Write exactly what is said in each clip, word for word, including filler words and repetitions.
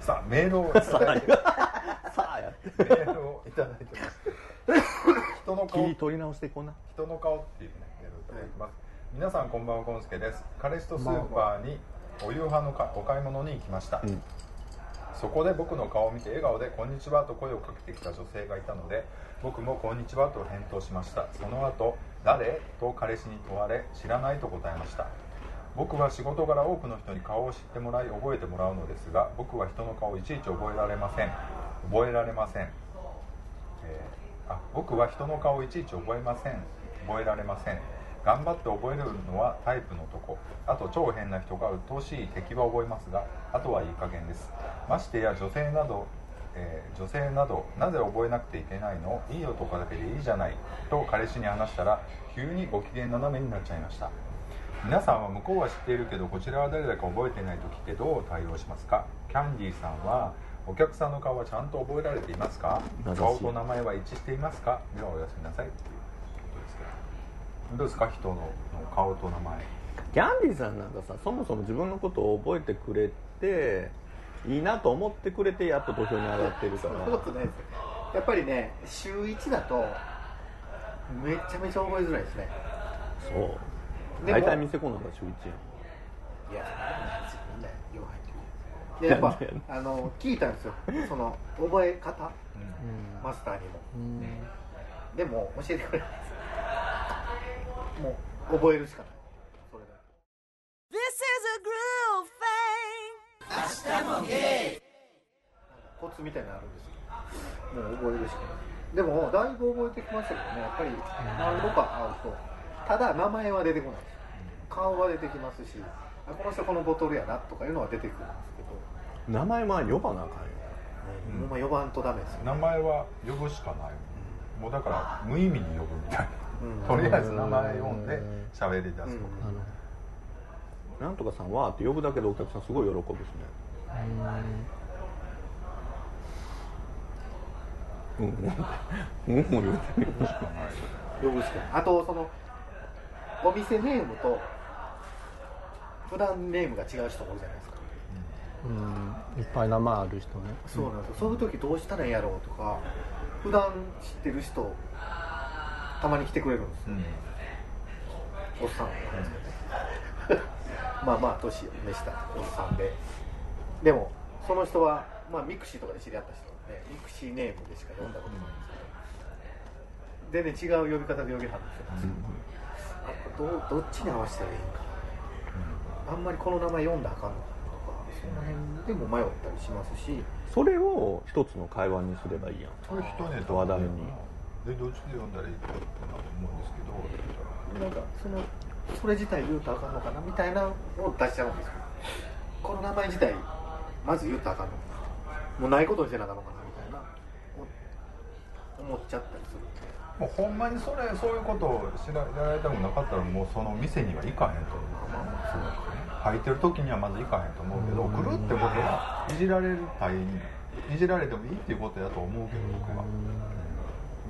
さあメールをいただいてさあやってメールをいただいてまして人の顔切り取り直してこんな人の顔っていうねメールをいただきます、はい、皆さんこんばんは、ゴンスケです。彼氏とスーパーにお夕飯のかお買い物に行きました、うん、そこで僕の顔を見て笑顔でこんにちはと声をかけてきた女性がいたので、僕もこんにちはと返答しました。その後誰と彼氏に問われ、知らないと答えました。僕は仕事柄多くの人に顔を知ってもらい覚えてもらうのですが、僕は人の顔をいちいち覚えられません覚えられません、えー、あ僕は人の顔をいちいち覚えません覚えられません。頑張って覚えるのはタイプのとこ。あと超変な人が鬱陶しい敵は覚えますが、あとはいい加減です。ましてや女性など、えー、女性などなぜ覚えなくていけないの、いい男だけでいいじゃないと彼氏に話したら、急にご機嫌斜めになっちゃいました。皆さんは向こうは知っているけどこちらは誰だか覚えていない時ってどう対応しますか？キャンディーさんはお客さんの顔はちゃんと覚えられていますか？顔と名前は一致していますか？ではおやすみなさいということですけど、どうですか、人の顔と名前。 キャンディーさんなんかさ、そもそも自分のことを覚えてくれていいなと思ってくれてやっと土俵に上がってるから。 そんなことないですよ。やっぱりね、週いちだとめちゃめちゃ覚えづらいですね。 そう大体店子なんか週いちやん。 いや、みんなよう入ってる。でやっぱあの聞いたんですよ、その覚え方、うん、マスターにも、うん、でも教えてくれないです。もう覚えるしかない。それだ。This is a groove thing。 明日もゲイ。コツみたいなのあるんですよ。もう覚えるしかない。でもだいぶ覚えてきましたけどね、やっぱり何度か会うと。ただ名前は出てこないです。顔は出てきますし、この人このボトルやなとかいうのは出てくるんですけど、名前は呼ばなあかんよ、 うん、もう呼ばんとダメですよ、ね、 名前は呼ぶしかない、うん、もうだから無意味に呼ぶみたいな、うん、とりあえず名前呼んで喋り出すこと、うん、 なんとかさんはって呼ぶだけでお客さんすごい喜ぶしね。うんうんうんうんうん言うてるしかない呼ぶしかない。あとそのお店ネームと普段ネームが違う人もいるじゃないですか。 うん、いっぱい名前ある人ね。 そうなんですよ。そういう時どうしたらいいんやろうとか、普段知ってる人たまに来てくれるんですよ、うん、おっさんなんですけどねまあまあ年を召したおっさんで、でもその人は、まあ、ミクシーとかで知り合った人で、ミクシーネームでしか呼んだことないんですけど、全然違う呼び方で呼びはるんですよ、うん、ど, どっちに合わせたらいいんか、うん、あんまりこの名前読んだらあかんのかとか、その辺でも迷ったりしますし、 それを一つの会話にすればいいやん。 それ人ね、 話題にでどっちで読んだらいいかって思うんですけど、 なんかそのそれ自体言うとあかんのかなみたいなのを出しちゃうんですよ。この名前自体まず言うとあかんのかな、もうないことにせなあかんのかなみたいな思っちゃったりする。 もうほんまにそれそういうことを知られたくなかったら、もうその店には行かへんと思う。まあまあそうですね。入ってる時にはまず行かへんと思うけど、来るってことはいじられるたいにいじられてもいいっていうことだと思うけど、僕は、うん、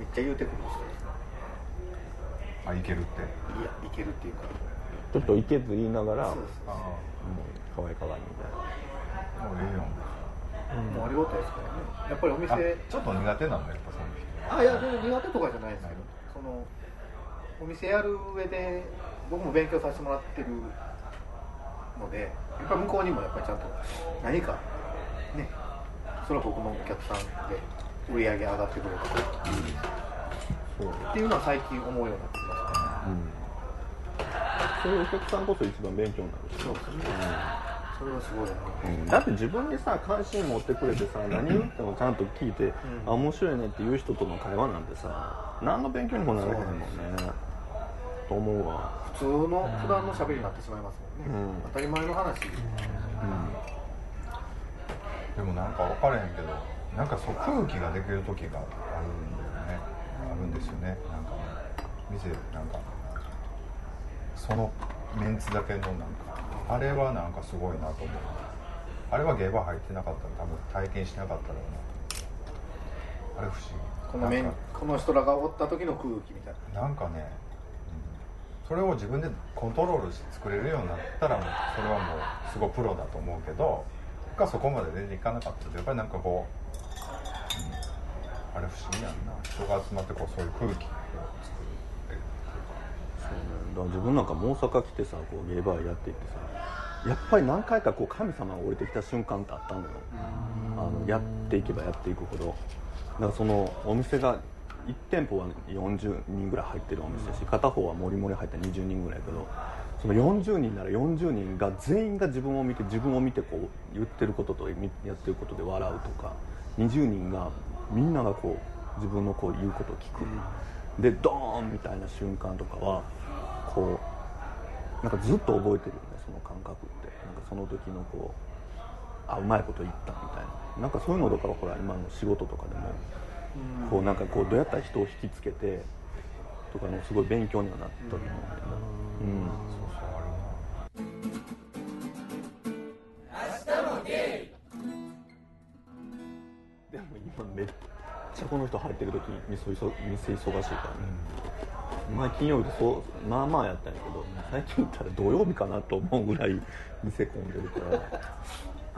めっちゃ言うてくる人ですね。 あ、いけるって、 いや、いけるっていうか、 ちょっといけず言いながら、 そうです、 ああ、かわいかわいみたいな。 もうええよ、 うん、もうありがたいですからね。やっぱりお店ちょっと苦手なんだ、やっぱその人。 あ、いや全然苦手とかじゃないですけど、そのお店やる上で僕も勉強させてもらってるので、やっぱり向こうにもやっぱりちゃんと何かね、それは僕のお客さんで売り上げ上がってくれるとか、うん、そうっていうのは最近思うようになってきましたね、うん、 そういうお客さんこそ一番勉強になるし、 そうですね、うん、それはすごいな、 うん、だって自分にさ関心持ってくれてさ、何言ってもちゃんと聞いて、うん、あ、面白いねって言う人との会話なんてさ、何の勉強にもならへんもんねと思うわ。 普通の普段の喋りになってしまいますもんね、うん、当たり前の話、うん、 でもなんか分からへんけど、なんかそう空気ができる時があるんだよね、あるんですよね。なんかね、店なんかそのメンツだけのなんかあれはなんかすごいなと思う。あれはゲーバー入ってなかったら多分体験しなかったろうな。あれ不思議。 このメンこの人らがおった時の空気みたいな。なんかね、うん、それを自分でコントロールして作れるようになったらもうそれはもうすごいプロだと思うけど、 果そこまで全然いかなかったけど、やっぱりなんかこう、うん、あれ不思議やんな、人が集まってこうそういう空気を作ってるっていうか。 そうね、だから自分なんかも大阪来てさ、こうゲイバーやっていってさ、やっぱり何回かこう神様が降りてきた瞬間ってあったのよ。あのやっていけばやっていくほど、だからそのお店がいち店舗はよんじゅうにんぐらい入ってるお店だし、片方はもりもり入ったにじゅうにんぐらいやけど、そのよんじゅうにんならよんじゅうにんが全員が自分を見て自分を見てこう言ってることとやってることで笑うとか、にじゅうにんがみんながこう自分のこう言うことを聞く、でドーンみたいな瞬間とかはこうなんかずっと覚えてるよね、その感覚って。なんかその時のこうあうまいこと言ったみたいな、なんかそういうのとかはほら今の仕事とかでもこうなんかこうどうやったら人を引きつけてとかのすごい勉強にはなったと思うんだよね。うん、そうそうあるな。明日もゲイ。でも今めっちゃこの人入ってる時店忙しいからね。前金曜日でそうまあまあやったんやけど、最近行ったら土曜日かなと思うぐらい店混んでるから。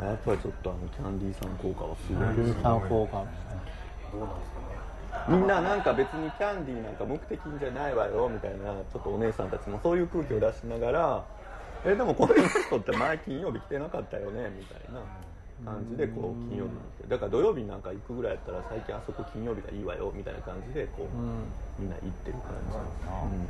やっぱりちょっとあのキャンディーさん効果はすごい。 キャンディーさん効果。 どうなんですかね。 みんななんか別にキャンディーなんか目的じゃないわよみたいな、ちょっとお姉さんたちもそういう空気を出しながら、えでもこの人って前金曜日来てなかったよねみたいな感じでこう金曜日に来て、だから土曜日なんか行くぐらいやったら最近あそこ金曜日がいいわよみたいな感じでこう、うん、みんな行ってる感じ、うん、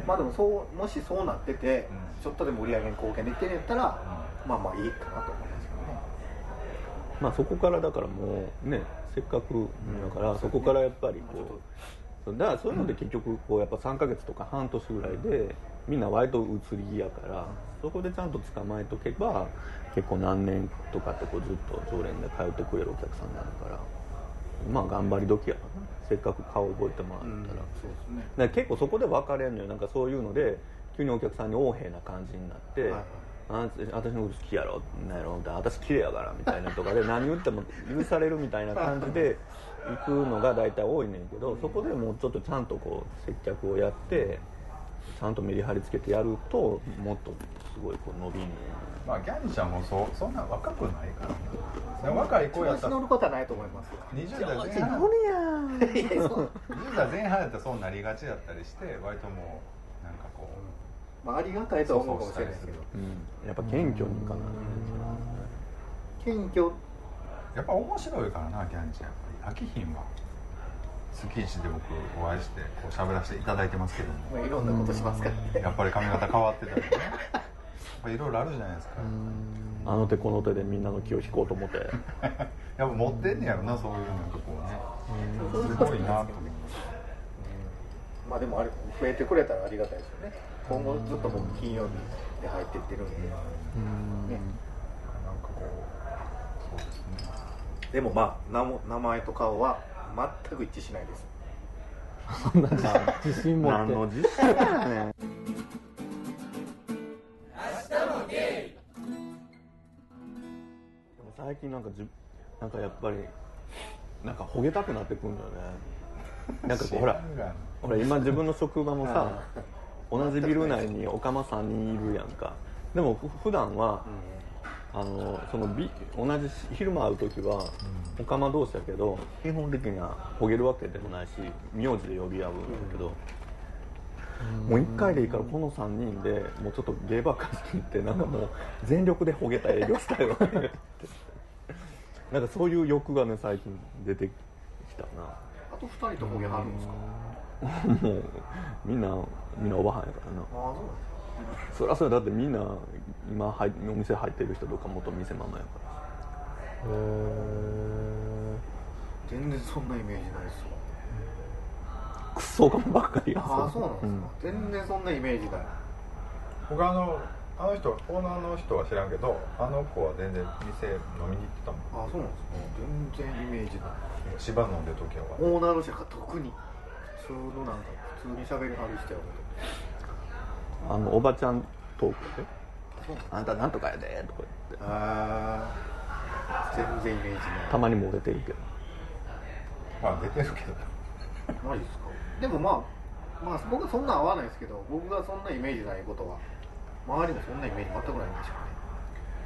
まあでもそうもしそうなってて、うん、ちょっとでも売り上げに貢献できてるんやったら、うん、まあまあいいかなと思いますけどね。 まあそこからだからもうね、せっかくだから、うん、そこからやっぱりこうだからそういうので結局こうやっぱさんかげつとか半年ぐらいでみんな割と移り気やから、そこでちゃんと捕まえとけば結構何年とかってこうずっと常連で通ってくれるお客さんになるから、まあ頑張り時やな、せっかく顔覚えてもらったら、うん、そうですね、だから結構そこで分かれるのよ。なんかそういうので急にお客さんに横柄な感じになって、はいはい、あ私のこと好きやろなんやろみたいな、私綺麗やからみたいなとかで何言っても許されるみたいな感じで行くのが大体多いねんけど、そこでもうちょっとちゃんとこう接客をやってちゃんとメリハリつけてやるともっとすごいこう伸びる。 まあギャンちゃんもそうそんな若くないからね。若い子やったら乗ることはないと思いますよ。 にじゅう代前半にじゅう代前半やったらそうなりがちだったりして、割ともうなんかこう、 まあ、ありがたいとは思うかもしれないですけど、 うん、やっぱ謙虚にいかない、 謙虚やっぱ面白いからなギャンちゃん。やっぱり飽きひんわ。月一で僕お会いしてこう喋らせていただいてますけども、 まあ、いろんなことしますからね。 やっぱり髪型変わってたりねいろいろあるじゃないですか。 あの手この手でみんなの気を引こうと思ってやっぱ持ってんねやろな、そういうなんかこうね、すごいなと思って。 まあでもあれ増えてくれたらありがたいですよね。今後ずっと僕金曜日で入っていってるんで、うん、ね、 なんかこうそうですね。 でもまあ 名, 名前と顔は全く一致しないです。 そんな自信持って。 何の自信やねん。最近なんかじなんかやっぱりなんかほげたくなってくるんだよね。なんかこうほらほら今自分の職場もさ同じビル内にオカマさんにんいるやんか。でも普段は、うん、あのそのビ同じ昼間会う時は、うん、オカマ同士だけど基本的にはほげるわけでもないし名字で呼び合うんだけど、うん、もういっかいでいいからこのさんにんでもうちょっとゲーバー貸し切ってなんかもう全力でほげた営業したいわけってなんかそういう欲がね最近出てきたな。 あとふたりとほげはるんですか？ もうみんなみんなおばはんやからな。ああそうなんですか。そりゃそうだってみんな今お店入ってる人とか元店ママやから。へえ。全然そんなイメージないですわ。クソオカマばっかりや。 ああそうなんですか、うん。全然そんなイメージない。 他のあの人、オーナーの人は知らんけど、あの子は全然店飲みに行ってたもん。 あ、そうなんですね。全然イメージない。 芝飲んでる時は。 オーナーの人が特に普通のなんか普通に喋りはる人やもん。あのおばちゃんトークで、あんたなんとかやでとか言って。 ああ、全然イメージない。 たまにも出てるけど。 まあ出てるけど。 ないですか。でもまあまあ僕はそんな合わないですけど、僕がそんなイメージないことは。周りもそんなイメージ全くないんでしょうね。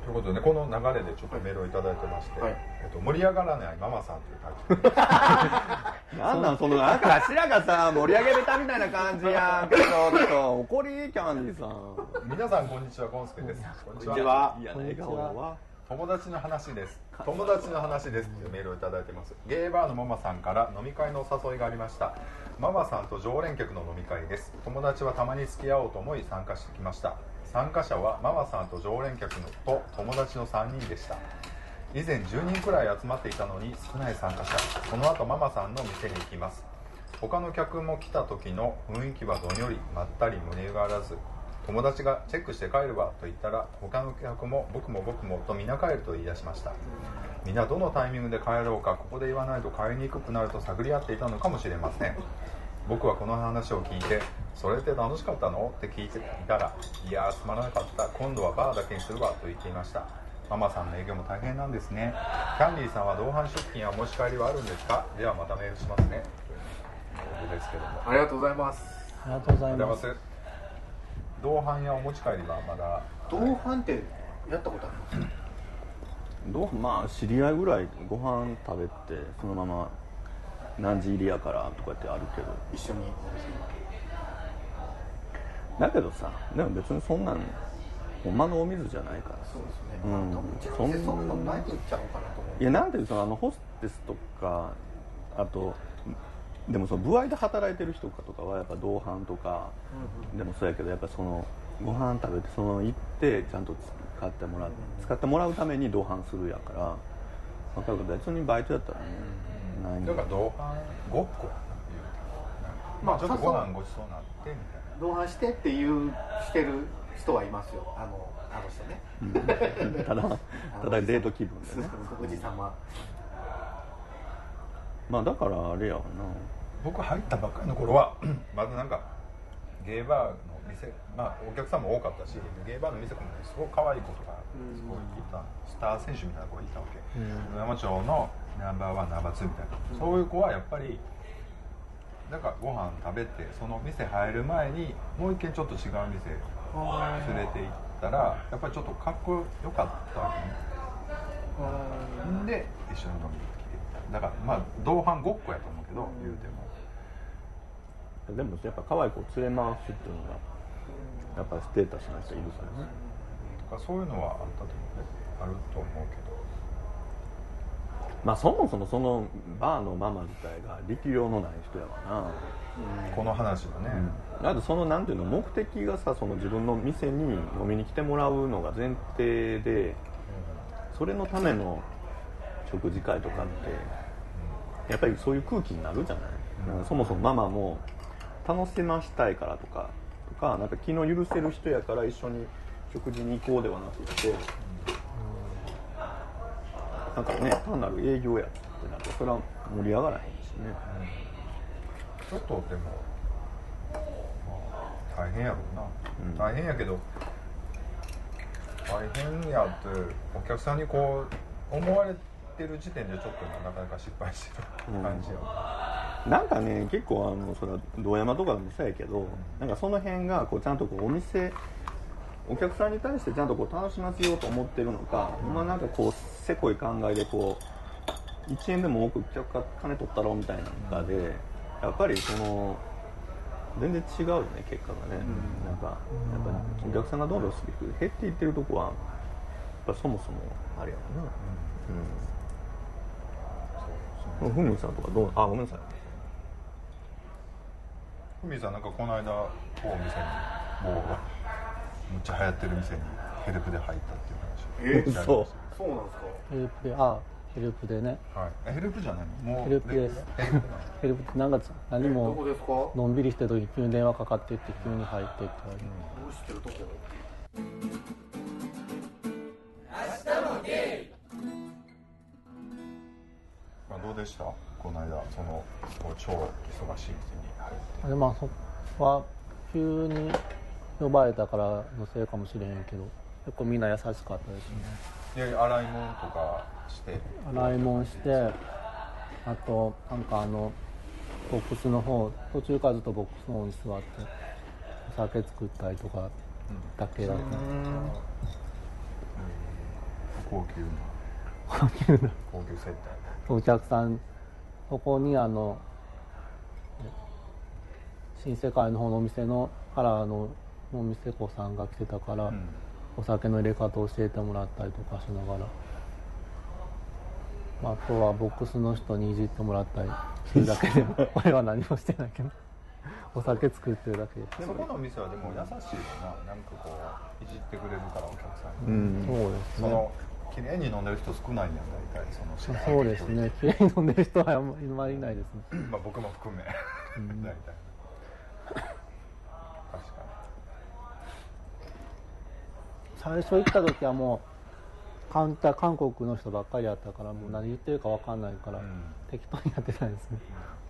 ということでね、この流れでちょっとメールをいただいてまして、 はいえっと、盛り上がらないママさんというタイトルなんなんそのなんか頭がさ盛り上げベタみたいな感じやんけどちょっと怒りキャンディーさん。 皆さんこんにちは、ゴンスケです。こんにちは。 いや笑顔は友達の話です友達の話ですというメールをいただいてます。ゲイバーのママさんから飲み会のお誘いがありました。ママさんと常連客の飲み会です。友達はたまに付き合おうと思い参加してきました。参加者はママさんと常連客のと友達のさんにんでした。以前じゅうにんくらい集まっていたのに少ない参加者。その後ママさんの店に行きます。他の客も来た時の雰囲気はどんよりまったり胸がらず、友達がチェックして帰るわと言ったら他の客も僕も僕もとみんな帰ると言い出しました。みんなどのタイミングで帰ろうかここで言わないと帰りにくくなると探り合っていたのかもしれません。僕はこの話を聞いてそれって楽しかったのって聞いていたら、いやーつまらなかった、今度はバーだけにするわと言っていました。ママさんの営業も大変なんですね。キャンディーさんは同伴出勤やお持ち帰りはあるんですか？ではまたメールしますねということですけども、 ありがとうございます。 ありがとうございます。 同伴やお持ち帰りはまだ。 同伴ってやったことあります？ どうまあ知り合いぐらいご飯食べてそのまま何時入りやからとかってあるけど、 一緒にお店にだけどさ、でも別にそんなんほんまのお水じゃないから。 そうですね、 うんでもうちの店そんなのないんちゃうかなと思う。 いやなんていうの、あのホステスとかあとでもその部合で働いてる人とかはやっぱ同伴とか、うん、でもそうやけどやっぱそのご飯食べてその行ってちゃんと使ってもらう、うん、使ってもらうために同伴するやから分かるけど別にバイトやったらね、うん、ないんだから同伴ごっこやな、まあちょっとご飯ごちそうになってみたいな、 同伴してっていうしてる人はいますよ、あのあの人ね、 うん、ただただデート気分でねおじさま。 まあだからあれやわな、 僕入ったばっかりの頃はまだなんかゲイバーの店、まあお客さんも多かったし、ゲイバーの店もすごい可愛い子とかすごいいた、スター選手みたいな子がいたわけ、野山町のナンバーワンナンバーツーみたいな、そういう子はやっぱりなんかご飯食べてその店入る前にもう一軒ちょっと違う店連れて行ったらやっぱりちょっとかっこよかったわけね。で一緒に飲みに来てだからまあ同伴ごっこやと思うけど、言うてもでもやっぱ可愛い子を連れ回すっていうのがやっぱりステータスの人いるからね、 とかそういうのはあったと思うね、あると思うけど、 まあそもそもそのバーのママ自体が力量のない人やわな、 うん、この話はね、 うん、だってそのなんていうの目的がさ、その自分の店に飲みに来てもらうのが前提で、うん、それのための食事会とかって、うん、やっぱりそういう空気になるじゃない、うん、なんかそもそもママも楽しましたいからとかとか、なんか気の許せる人やから一緒に食事に行こうではなくて、うん、なんかね単なる営業やってなるとそれは盛り上がらへんしね、 うん、ちょっとでも、まあ、大変やろうな、うん、大変やけど大変やってお客さんにこう思われてる時点でちょっとなかなか失敗してる感じや、 うん、なんかね結構あのそれは堂山とかでもそうやけど、うん、なんかその辺がこうちゃんとこうお店お客さんに対してちゃんとこう楽しませようと思ってるのか、うん、まあなんかこうせこい考えでこういちえんでも多く客から金取ったろうみたいなので、うん、やっぱりその全然違うよね結果がね、うん、なんかやっぱりお客さんがどんどん減っていってるとこはやっぱそもそもあれやもんな、うんうん、ふみさんとかどう、あ、ごめんなさい、 ふみさんなんかこの間某店にもうむっちゃ流行ってる店にヘルプで入ったっていう話。 えー、そうそうなんですか。 ヘルプで、あ、ヘルプでね、 はい、ヘルプじゃないの、もうヘルプです。ヘルプって何月何ものんびりしてる時に急に電話かかってって急に入ってって言われて、 どうしてるとこまあどうでしたこの間その超忙しい店に入って。 でまあそこは急に呼ばれたからのせいかもしれへんけど結構みんな優しかったですね。 いやいや洗い物とかして洗い物してあとなんかあのボックスの方途中からずっとボックスの方に座ってお酒作ったりとかだけだった、うん、 高級な高級な高級接待お客さん、そこにあの新世界の方のお店のからあのお店子さんが来てたから、うん、お酒の入れ方を教えてもらったりとかしながら、まあ、あとはボックスの人にいじってもらったりするだけでも俺は何もしてないけどお酒作ってるだけで。 でそこのお店はでも優しいよな、なんかこういじってくれるからお客さんに、うん、そうですね。その綺麗に飲んでる人少ないんや大体その知らないそうですね、綺麗に飲んでる人はあんまりいないですねまあ僕も含め、うん、大体確かに最初行った時はもうカウンター韓国の人ばっかりやったからもう何言ってるか分かんないから、うん、適当にやってたんですね、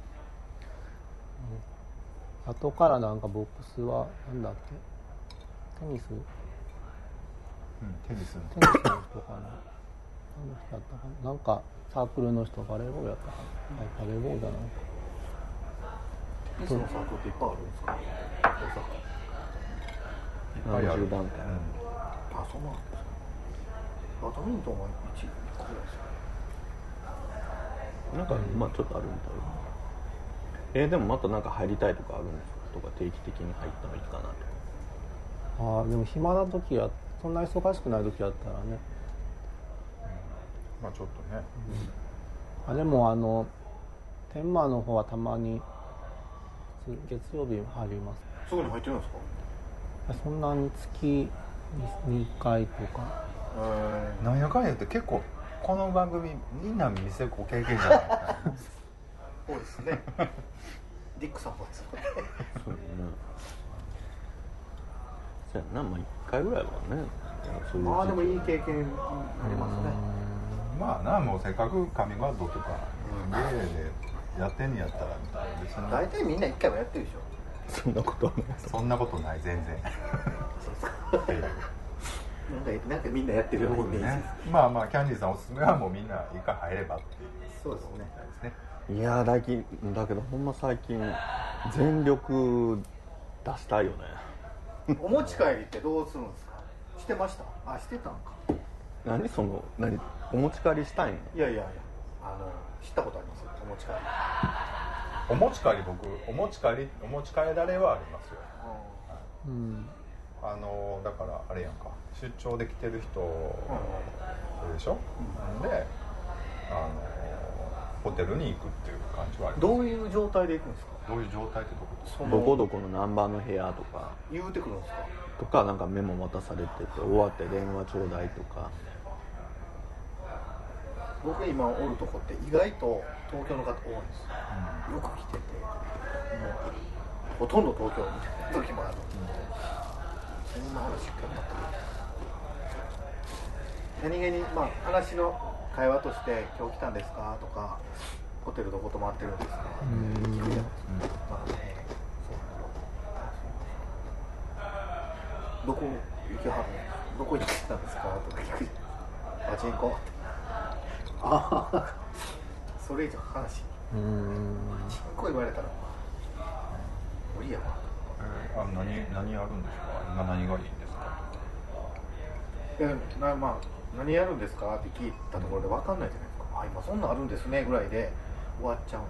うん、後からなんかボックスはなんだっけテニスうん、テニスのテニスの人かな、何の人だったかな、なんかサークルの人バレーボールやったかな、バレーボールじゃないか。 テニスのサークルっていっぱいあるんですか？ 大阪いっぱいある。 何十団体、うん、 あ、そうなんですか。バドミントンはいち個ぐらいですか。なんか、うん、まあちょっとあるみたいな。えー、でもまたなんか入りたいとかあるんですか？とか定期的に入ったらいいかなと。 ああ、でも暇な時はそんな忙しくない時だったらね、 うん、まあちょっとね、 うん、あでもあの天満の方はたまに月曜日入ります。 そこに入ってるんですか？ そんなに月にかいとか。 なんやかんやって結構この番組みんな店ご経験じゃないそうですねディックさんもですよねそうね、そうやな、まあいっかいぐらいはね、 そういう、まあでもいい経験になりますね。 まあな、もうせっかく神ガードとかゲーでやってんやったらみたいな、別に大体みんないっかいはやってるでしょ。 そんなことはない。 そんなことない、全然そうですかなんか、なんかみんなやってるようなイメージです、ね、 まあまあキャンディーさんおすすめはもうみんな一回入ればっていう。 そうですね。 いやだけだけどほんま最近全力出したいよねお持ち帰りってどうするんですか？してました？あ、してたんか。 何その何お持ち帰りしたいの？ いやいやいや、あの知ったことありますよ、お持ち帰り。 お持ち帰り僕お持ち帰りお持ち帰られはありますよ。 うん。 あのだからあれやんか、出張で来てる人、うん、でしょ、うん、であのホテルに行くっていう感じはあります。 どういう状態で行くんですか？どういう状態ってどこですか？ どこどこの何番の部屋とか言うてくるんですか？ とかなんかメモ渡されてて終わって電話ちょうだいとか。 僕今おるとこって意外と東京の方多いんですよ、うん、よく来ててもうほとんど東京みたいな時もある、うん、そんな話しかなかった何気にまあ話の会話として今日来たんですかとかホテルどこ泊まってるんですかって聞くじゃないですか、まあね、そうどこ行きはるどこ行ってたんですかとか聞くじゃないですか。パチンコああそれ以上話うーんパチンコ言われたら無理やわ、 えー、あ何何やるんですか？今何がいいんですか？ いやなまあ何やるんですかって聞いたところで分かんないじゃないですか。あ今そんなんあるんですねぐらいで終わっちゃうんで、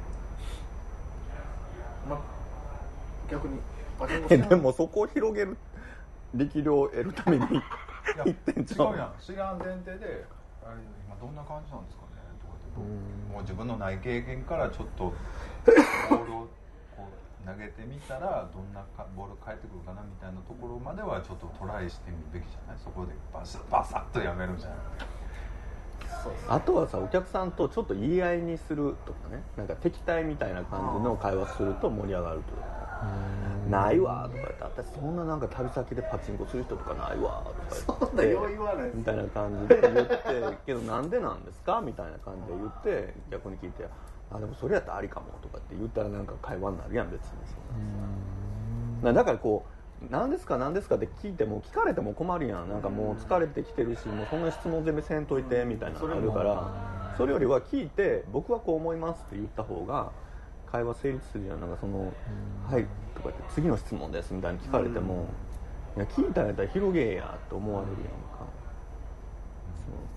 まあ、逆にパチンコえでもそこを広げる力量を得るために言ってんじゃん。 違うやん、知らん前提であれ今どんな感じなんですかねとかってもう自分のない経験からちょっとボールをこう投げてみたらどんなかボール返ってくるかなみたいなところまではちょっとトライしてみるべきじゃない？そこでバサバサッとやめるんじゃない？ あとはさお客さんとちょっと言い合いにするとかね、なんか敵対みたいな感じの会話すると盛り上がるというないわとか言って私そんななんか旅先でパチンコする人とかないわとか言ってみたいな感じで言ってけどなんでなんですかみたいな感じで言って逆に聞いてあでもそれやったらありかもとかって言ったらなんか会話になるやん別にそんなだからこう何ですか何ですかって聞いても聞かれても困るやんなんかもう疲れてきてるしもうそんな質問全部せんといてみたいなのがあるからそれよりは聞いて僕はこう思いますって言った方が会話成立するじゃん。なんかそのはいとかって次の質問ですみたいに聞かれてもいや聞いたんやったら広げえやと思われるやんか。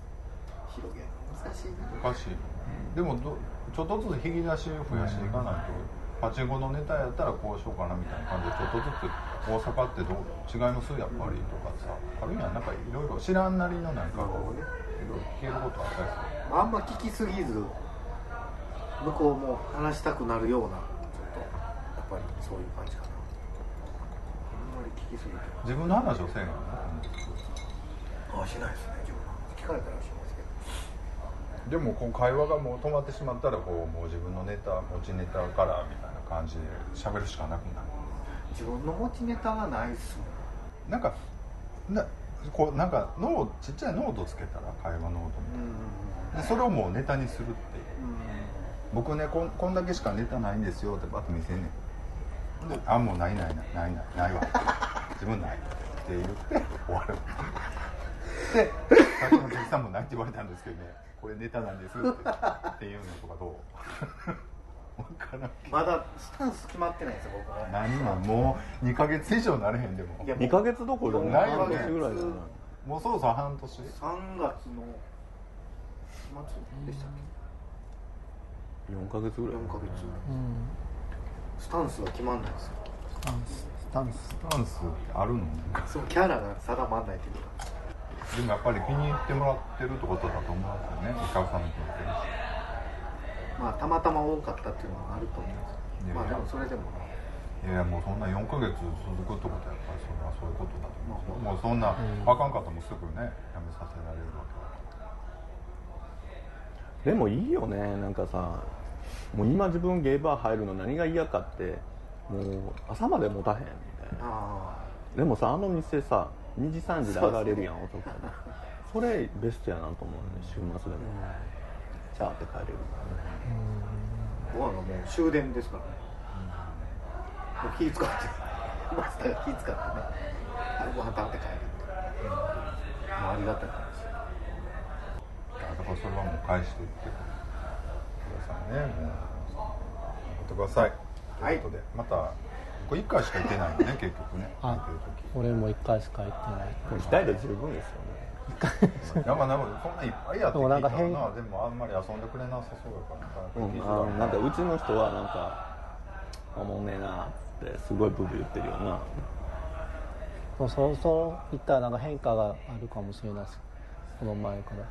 難しいな。 難しい。でもどちょっとずつ引き出しを増やしていかないと、パチンコのネタやったらこうしようかなみたいな感じでちょっとずつ大阪ってどう違いますやっぱりとかさ、あるいはなんかいろいろ知らんなりのなんかこういろいろ聞けることあったりする。 あんま聞きすぎず向こうも話したくなるようなちょっとやっぱりそういう感じかな。あんまり聞きすぎて自分の話をせえへんの？ ああしないですね。自分の聞かれたらしますけど。 でもこう会話がもう止まってしまったらこうもう自分のネタ持ちネタからみたいな感じで喋るしかなくなる。 自分の持ちネタがないっすもん。 なんかなこうなんかノーちっちゃいノートつけたら会話ノートみたいな、でそれをもうネタにするっていう、僕ね こ, こんだけしかネタないんですよってバッと見せんねん。であもうないないないないないないわ自分ないって言って終わる。で先ほど関さんもないって言われたんですけどね、これネタなんですってっていうのとかどう分からん。 まだスタンス決まってないんですよ僕は。 何ももうにかげつ以上なれへんでも。 いやにかげつどころじゃないよね半年ぐらいじゃない。 もうそろそろ半年。 さんがつの末でしたっよんかげつぐけ？ らいよんかげつ。 うんスタンスが決まんないですよ。 スタンススタンススタンスってあるの？ そのキャラが定まんないというか。 でもやっぱり気に入ってもらってるってことだと思うんですよね、お客さんも気に入ってるし。 まあたまたま多かったっていうのはあると思うんですよ。まあでもそれでもいやもうそんなよんかげつ続くってことはやっぱりそれはそういうことだと思うんですよ。もうそんなあかんかったらもうすぐねやめさせられるわけだから。 でもいいよね。なんかさ、もう今自分ゲイバー入るの何が嫌かって、もう朝まで持たへんみたいな。 あでもさ、あの店さにじさんじで上がれるやん遅くに。それベストやなと思うね。週末でもチャーって帰れる。 あご飯がもう終電ですからね。もう気使ってマスターが気使ってねご飯食べて帰るって、うん、まあありがたい話。 だからそれはもう返していってくださいね。もう言ってください。ということで、また僕いっかいしか行ってないのね結局ね。 あ俺もいっかいしか行ってない。 行きたいで十分ですよね。 なんかなんかそんないっぱいやって聞いたらな。 ででもあんまり遊んでくれなさそうだからうん、あのなんかうちの人はなんかおもんねえなってすごいブブ言ってるよな。 そうそうそう言ったらなんか変化があるかもしれないし、この前から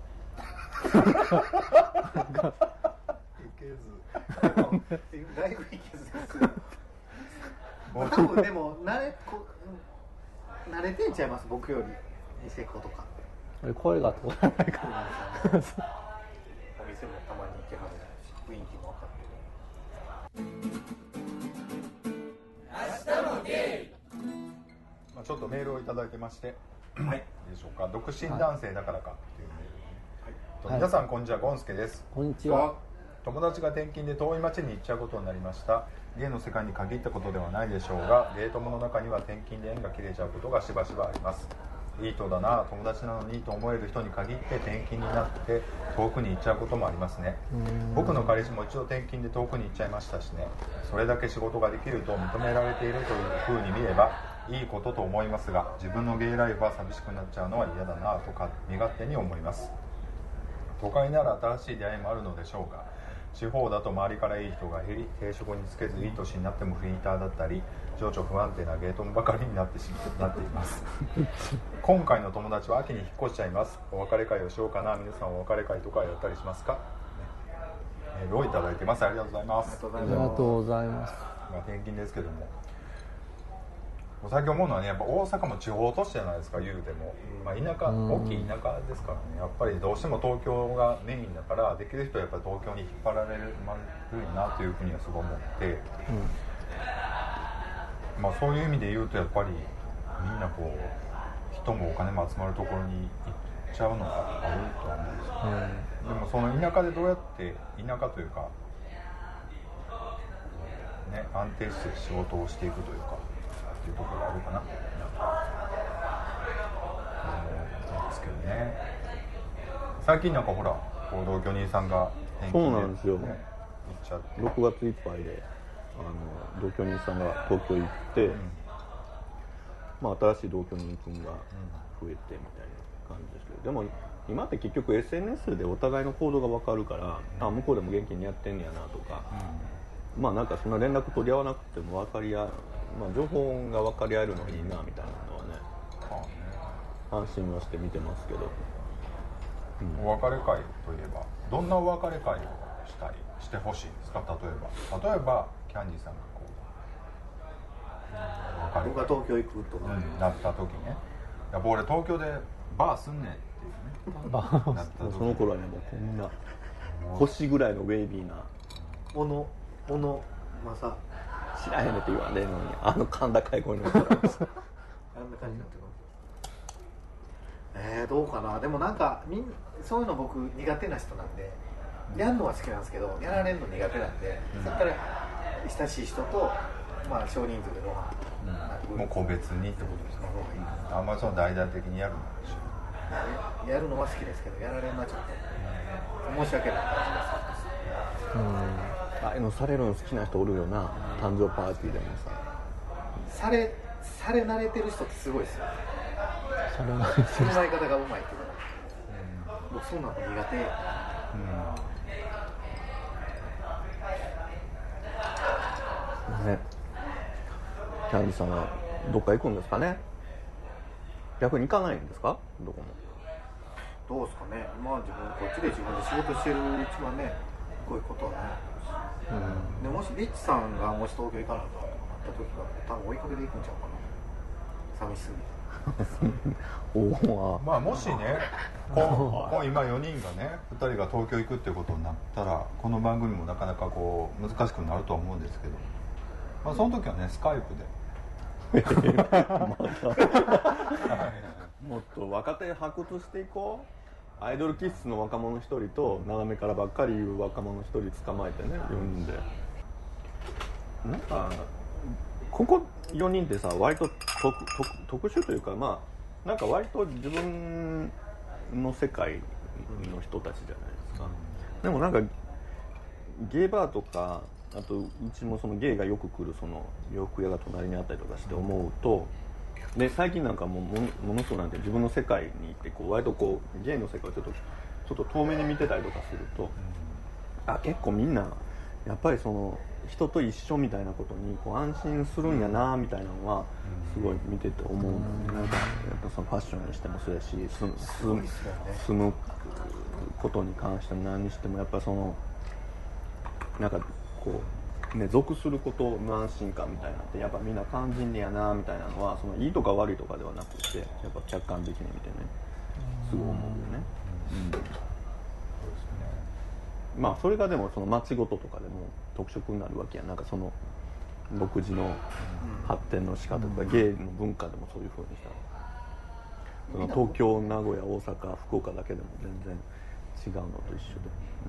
いけずだいぶいけずですよ。多分でも慣れこ慣れてんちゃいます僕よりニセコとか。 俺声が通らないからお店もたまに行けはずないし雰囲気も分かってる。 まあちょっとメールをいただいてまして、 はい、 いいでしょうか。独身男性だからかっていうメール、 はい、 皆さんこんにちは、ゴンスケです。 こんにちは。 友達が転勤で遠い町に行っちゃうことになりました。ゲイの世界に限ったことではないでしょうが、ゲイ友の中には転勤で縁が切れちゃうことがしばしばあります。いい人だな、友達なのにと思える人に限って転勤になって遠くに行っちゃうこともありますね。僕の彼氏も一度転勤で遠くに行っちゃいましたしね。それだけ仕事ができると認められているという風に見ればいいことと思いますが、自分のゲイライフは寂しくなっちゃうのは嫌だなとか身勝手に思います。都会なら新しい出会いもあるのでしょうが、地方だと周りからいい人が減り、定職につけずいい年になってもフリーターだったり情緒不安定なゲイ友ばかりになってしなっています今回の友達は秋に引っ越しちゃいます。お別れ会をしようかな。皆さんお別れ会とかやったりしますか。メールをいただいてます。ありがとうございます。 ありがとうございます。 まあ、転勤ですけども、最近思うのはね、やっぱ大阪も地方都市じゃないですか、言うても、まあ、田舎、大きい田舎ですからね。やっぱりどうしても東京がメインだから、できる人はやっぱり東京に引っ張られるなというふうにはすごい思って、うん、まあ、そういう意味で言うとやっぱりみんなこう人もお金も集まるところに行っちゃうのがあるとは思うんですよ、うん、でもその田舎でどうやって田舎というか、ね、安定して仕事をしていくというかっていうところがあるかなと思うんですけどね。最近なんかほらこう同居人さんが転勤で、そうなんですよ、ね、 行っちゃってろくがついっぱいであの同居人さんが東京行って、うん、まあ、新しい同居人君が増えてみたいな感じですけど、でも今って結局 エスエヌエス でお互いの行動が分かるから、あ向こうでも元気にやってんねやなとか、うん、まあなんかそんな連絡取り合わなくても分かり合う、まあ、情報が分かり合えるのがいいなみたいなのはね、はあ、安心はして見てますけど、 うん、お別れ会といえばどんなお別れ会をしたりしてほしいんですか？例えば例えばキャンディーさんがこう僕が東京行くとか、 うん、なった時ね、やっぱ俺東京でバーすんねんっていうね、バーなった時その頃はねもうこんな星ぐらいのウェイビーな小野小野正知らへんねって言われるのにあの甲高い声の人なんですあんな感じになってますえー、どうかな。でもなんかみんそういうの僕苦手な人なんで、やるのは好きなんですけどやられるの苦手なんで、うん、それから親しい人と、まあ、少人数でご飯、 うん、もう個別にってことですか？うん、あんまりその大々的にやるのでしょう。やるのは好きですけどやられるのはちょっと申し訳ない感じがするんです。 うん、ああいうのされるの好きな人おるよな、誕生パーティーでもさされされ慣れてる人ってすごいですよ。 され慣れてる振る舞い方がうまいけど、うん、僕そんなの苦手、うん、 ね、キャンディさんはどっか行くんですかね？逆に行かないんですか？どこもどうですかね。まあ自分こっちで自分で仕事してるうちはねこういうことはない、うん、でもしリッチさんがもし東京行かないとなった時は多分追いかけていくんちゃうかな。寂しすぎておまあもしねこう今よにんがねふたりが東京行くっていうことになったらこの番組もなかなかこう難しくなるとは思うんですけど、まあ、その時はねスカイプでもっと若手発掘していこう。アイドル気質の若者一人と斜めからばっかり言う若者一人捕まえてねよにんでなんかここよにんってさ割と 特, 特, 特殊というかまあなんか割と自分の世界の人たちじゃないですか、うん、でもなんかゲイバーとかあとうちもそのゲイがよく来るその洋服屋が隣にあったりとかして思うと、うん、で最近なんかもう も, ものすごくなんて自分の世界に行ってこう割とこうゲイの世界をちょっとちょっと遠目に見てたりとかすると、うん、あ結構みんなやっぱりその人と一緒みたいなことにこう安心するんやなみたいなのはすごい見てて思うんで、なんかやっぱそのファッションにしてもそうやし住むことに関しても何にしてもやっぱそのなんかこうね属することの安心感みたいなってやっぱみんな感じんねやなみたいなのはそのいいとか悪いとかではなくてやっぱ客観的に見てねすごい思うよね。うんまあそれがでもその町ごととかでも特色になるわけやなんかその独自の発展の仕方とか、うん、芸の文化でもそういう風にしたらその東京名古屋大阪福岡だけでも全然違うのと一緒で、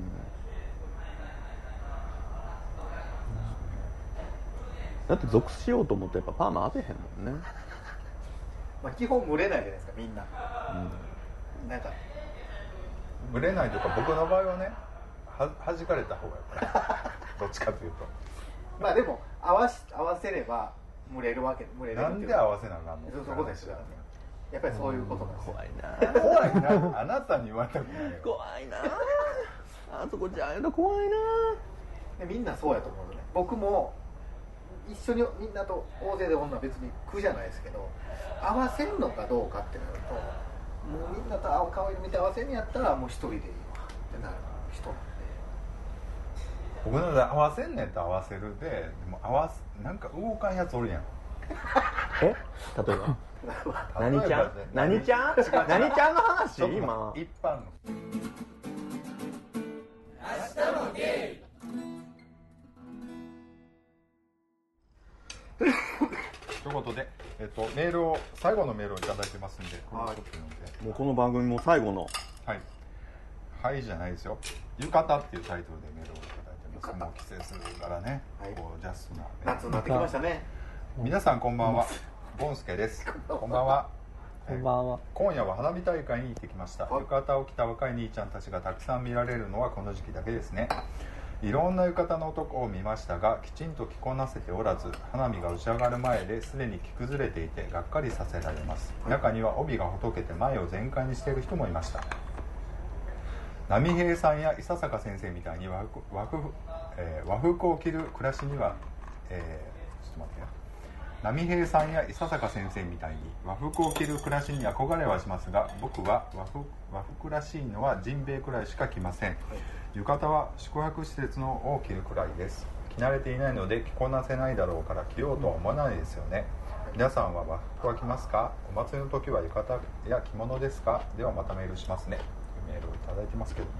うん、だって属しようと思ってやっぱパーマ当てへんもんね。 まあ基本群れないじゃないですかみんな、うん、なんか群れないというか僕の場合はねは弾かれた方がやっぱりどっちかというとまあでも合わし合わせれば群れるわけ群れるなんで合わせなあかんの？ そこですよね。やっぱりそういうことなんですよ。 怖いな怖いなあなたに言われたくないよ。 怖いなあそこじゃあやだ怖いなでみんなそうやと思うのね。僕も一緒にみんなと大勢で女は別に苦じゃないですけど合わせるのかどうかってなるともうみんなと顔色見て合わせるんやったらもう一人でいいわってなる人なんで僕ので合わせんねんと合わせるででも合わすなんか動かんやつおるやんえ例えば何ちゃん何ちゃん何ちゃんの話今一般の明日もゲイということで、えっと、メールを最後のメールをいただいてますんでこれをちょっと読んでもうこの番組も最後のはいはいじゃないですよ浴衣っていうタイトルでメールをいただいてます。もう季節からね、はい、こうジャストな、ね、 夏になってきましたね。 皆さんこんばんはゴンスケです。こんばんはこんばんは。 今夜は花火大会に行ってきました。浴衣を着た若い兄ちゃんたちがたくさん見られるのはこの時期だけですね。いろんな浴衣の男を見ましたがきちんと着こなせておらず花火が打ち上がる前ですでに着崩れていてがっかりさせられます。中には帯がほどけて前を全開にしている人もいました。 波平さんや伊佐坂先生みたいに和服、和服、えー、和服を着る暮らしには、えー、ちょっと待ってよ波平さんや伊佐坂先生みたいに和服を着る暮らしに憧れはしますが、僕は和服、和服らしいのはジンベエくらいしか着ません。浴衣は宿泊施設のを着るくらいです。着慣れていないので着こなせないだろうから着ようとは思わないですよね。皆さんは和服は着ますか？お祭りの時は浴衣や着物ですか？ではまたメールしますね。メールをいただいてますけども、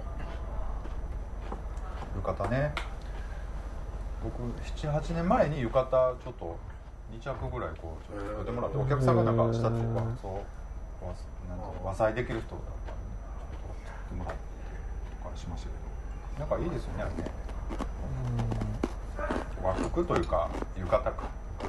浴衣ね、僕 ななはちねんまえに浴衣ちょっとに着ぐらいこうちょっと作ってもらって、お客さんがなんかしたっていうか、そう和裁できる人だったらちょっと作ってもらってとかしましたけど、なんかいいですよねあれね。和服というか浴衣か。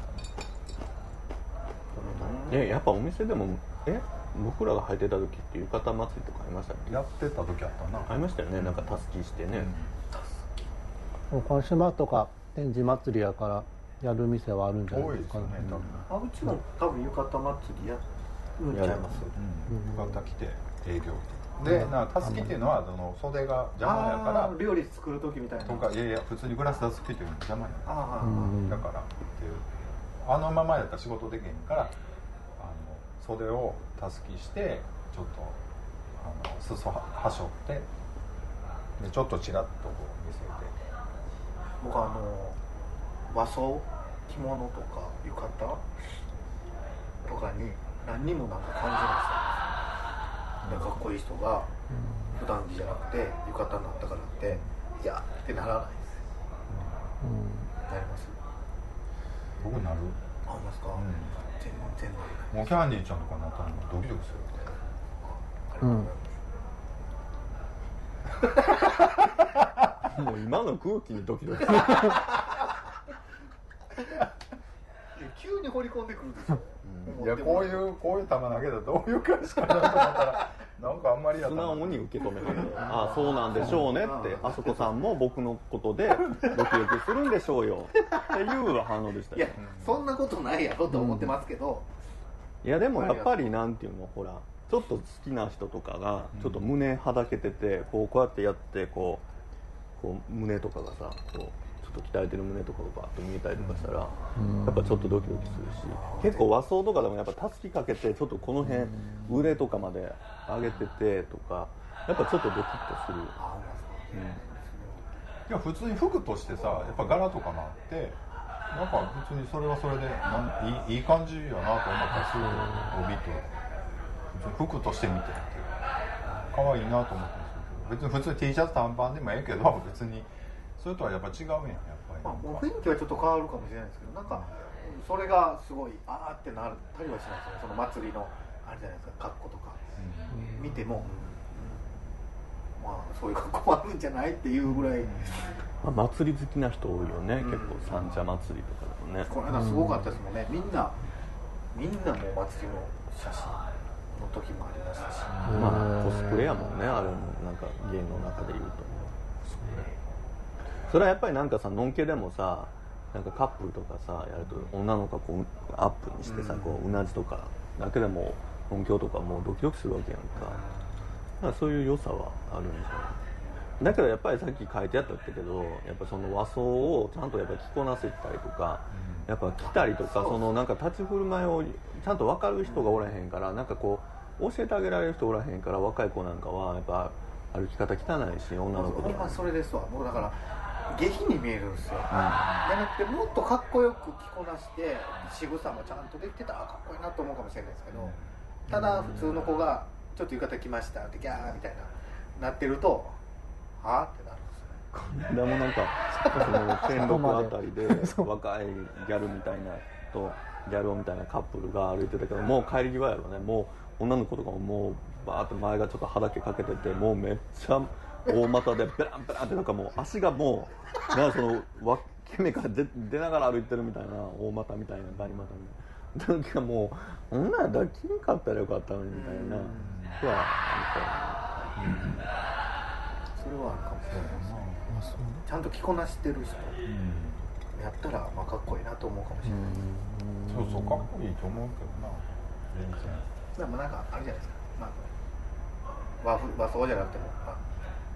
えやっぱお店でもえ僕らが履いてた時って浴衣祭りとかありましたっけ？ やってた時あったな。 ありましたよね、なんかたすきしてね、 うん、今週とか展示祭りやからやる店はあるんじゃないですかね。 多いですよね、多分。 あうちも多分浴衣祭りやるんちゃいます。 うん、浴衣着て営業で、なんかたすきっていうのはその袖が邪魔やから料理作る時みたいなとか、いやいや普通にグラスたすきっていうの邪魔やから、 あだからっていう、あのままやったら仕事できへんから、あの袖をたすきしてちょっとあの裾はしょってでちょっとちらっとこう見せて。 僕あの和装着物とか浴衣とかに何にもなんか感じないですよ。かっこいい人が普段着じゃなくて浴衣になったからっていやってならないです。うん、なります。 僕なる。 ありますか？うん、全然ならない。 もうキャンディーちゃんとかになったらドキドキする。 うん、もう今の空気にドキドキする。 急に掘り込んでくるでしょ。 いやこういうこういう球投げたらどういう感じかなと思ったらなんかあんまりやった素直に受け止めてああそうなんでしょうねってあそこさんも僕のことでドキドキするんでしょうよっていう反応でしたよ。 いやそんなことないやろと思ってますけど、 うん、いやでもやっぱりなんていうのほらちょっと好きな人とかがちょっと胸はだけててこうこうやってやってこうこう胸とかがさこう鍛えてる胸とかがバッと見えたりとかしたら、うん、やっぱちょっとドキドキするし、結構和装とかでもやっぱたすきかけてちょっとこの辺、うん、腕とかまで上げててとかやっぱちょっとドキッとする、うん、いや普通に服としてさやっぱ柄とかもあってなんか別にそれはそれでなんいい、いい感じやなと思ったりする帯と服として見て可愛いなと思ったりするけど別に普通に T シャツ短パンでもええけど別にそれとはやっぱ違うやんやっぱり、 まあ、雰囲気はちょっと変わるかもしれないですけどなんかそれがすごいあーってなったりはしないですね。その祭りのあれじゃないですか格好とか、うん、見ても、うん、まあそういう格好もあるんじゃないっていうぐらい、 まあ、祭り好きな人多いよね、うん、結構三茶祭りとかでもねこの間すごかったですもんね、みんなみんなもう祭りの写真の時もありましたし、 まあコスプレやもんねあれもなんか芸の中で言うとそれはやっぱりなんかさのんけでもさなんかカップルとかさやると女の子がこうアップにしてさこううなじとかだけでも音響とかもうドキドキするわけやんか。だからそういう良さはあるんじゃない。だけどやっぱりさっき書いてあったけどやっぱその和装をちゃんとやっぱ着こなせたりとかやっぱ着たりとかそのなんか立ち振る舞いをちゃんと分かる人がおらへんからなんかこう教えてあげられる人おらへんから若い子なんかはやっぱ歩き方汚いし女の子とかそれですわ。僕だから下品に見えるんですよ、うん、じゃなくてもっとかっこよく着こなして仕草もちゃんとできてたらかっこいいなと思うかもしれないですけど、ただ普通の子がちょっと浴衣着ましたってギャーみたいななってるとはぁってなるんですよね。 この間もなんかその天禄あたりで若いギャルみたいなとギャル男みたいなカップルが歩いてたけどもう帰り際やろねもう女の子とかももうバーって前がちょっとはだけかけててもうめっちゃ大股でベランベランってなんかもう足がもうなんかその分け目から出, 出ながら歩いてるみたいな大股みたいなバリ股みたいな時はもう女やったら着んかったらよかったのにみたいなそれはあるかもしれないですね。ちゃんと着こなしてる人やったらまあかっこいいなと思うかもしれない。 そうそうかっこいいと思うけどな全然。 でもなんかあれじゃないですか、まあ、和風和装じゃなくても、まあ、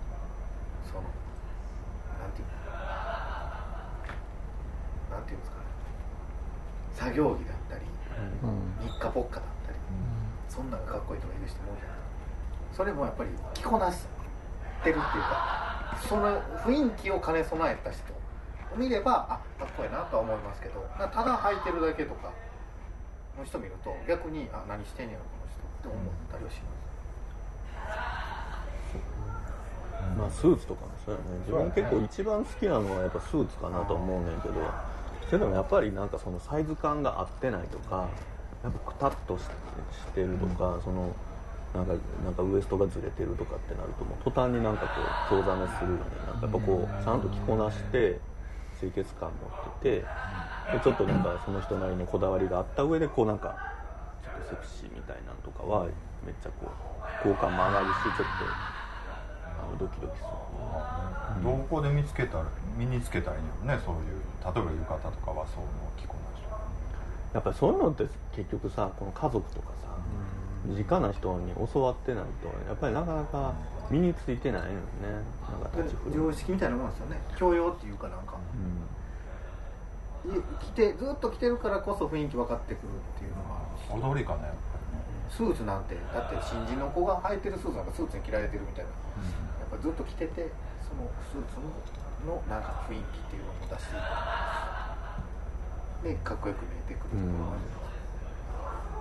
そのなんていうなんていうんですかね、作業着だったり、うん、日課ポッカだったり、うん、そんなのがかっこいいとか言う人も多いじゃないですか。それもやっぱり着こなしてるっていうか、その雰囲気を兼ね備えた人を見ればあかっこいいなとは思いますけど、ただ履いてるだけとかの人見ると逆にあ何してんやろこの人って思ったりはします。 まあ、スーツとかもそうやね。自分結構一番好きなのはやっぱスーツかなと思うねんけど、それでもやっぱりなんかそのサイズ感が合ってないとか、やっぱクタッとしてるとか、そのなんかなんかウエストがずれてるとかってなるともう途端になんかこう興ざめするよね。なんかやっぱこうちゃんと着こなして清潔感持ってて、でちょっとなんかその人なりのこだわりがあった上でこうなんかちょっとセクシーみたいなのとかはめっちゃこう好感も上がるし、ちょっとドキドキする。 どこで見つけたら身につけたらいいのね、そういう例えば浴衣とか和装の着こなしとか。 やっぱりそういうのって結局さ、この家族とかさ、身近な人に教わってないとやっぱりなかなか身についてないのよね。なんか立ち振る常識みたいなもんですよね。教養っていうかなんか、うん、着てずっと着てるからこそ雰囲気分かってくるっていうのがあるし。 踊りかね。 スーツなんてだって新人の子が履いてるスーツなんかスーツに着られてるみたいな、うん、やっぱずっと着ててそのスーツのなんか雰囲気っていうのも出していくでかっこよく見えてくると思います。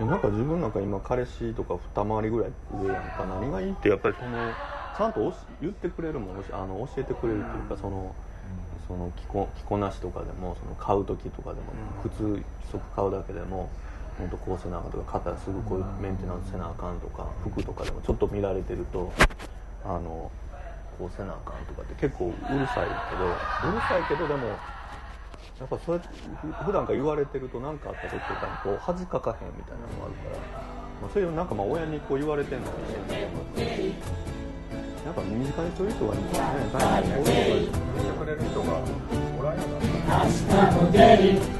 うん、なんか自分なんか今彼氏とか二回りぐらい上やんか、何がいいってやっぱりそのちゃんとおし言ってくれるもん、あの教えてくれるっていうか、そのその着こ、着こなしとかでもその買う時とかでも、うん、靴一足買うだけでもほんとこうせなあかんとか、肩すぐこういうメンテナンスせなあかんとか、服とかでもちょっと見られてるとあのこうせなあかんとかって結構うるさいけどうるさいけどでもやっぱそれ普段から言われてると何かあった時とかにこう恥かかへんみたいなのがあるから、まあ、そういうなんかまあ親にこう言われてんのかもしれないけど、やっぱ身近にそういう人がいいんですよね。大変こういう人が言ってくれる人がおらんようになった。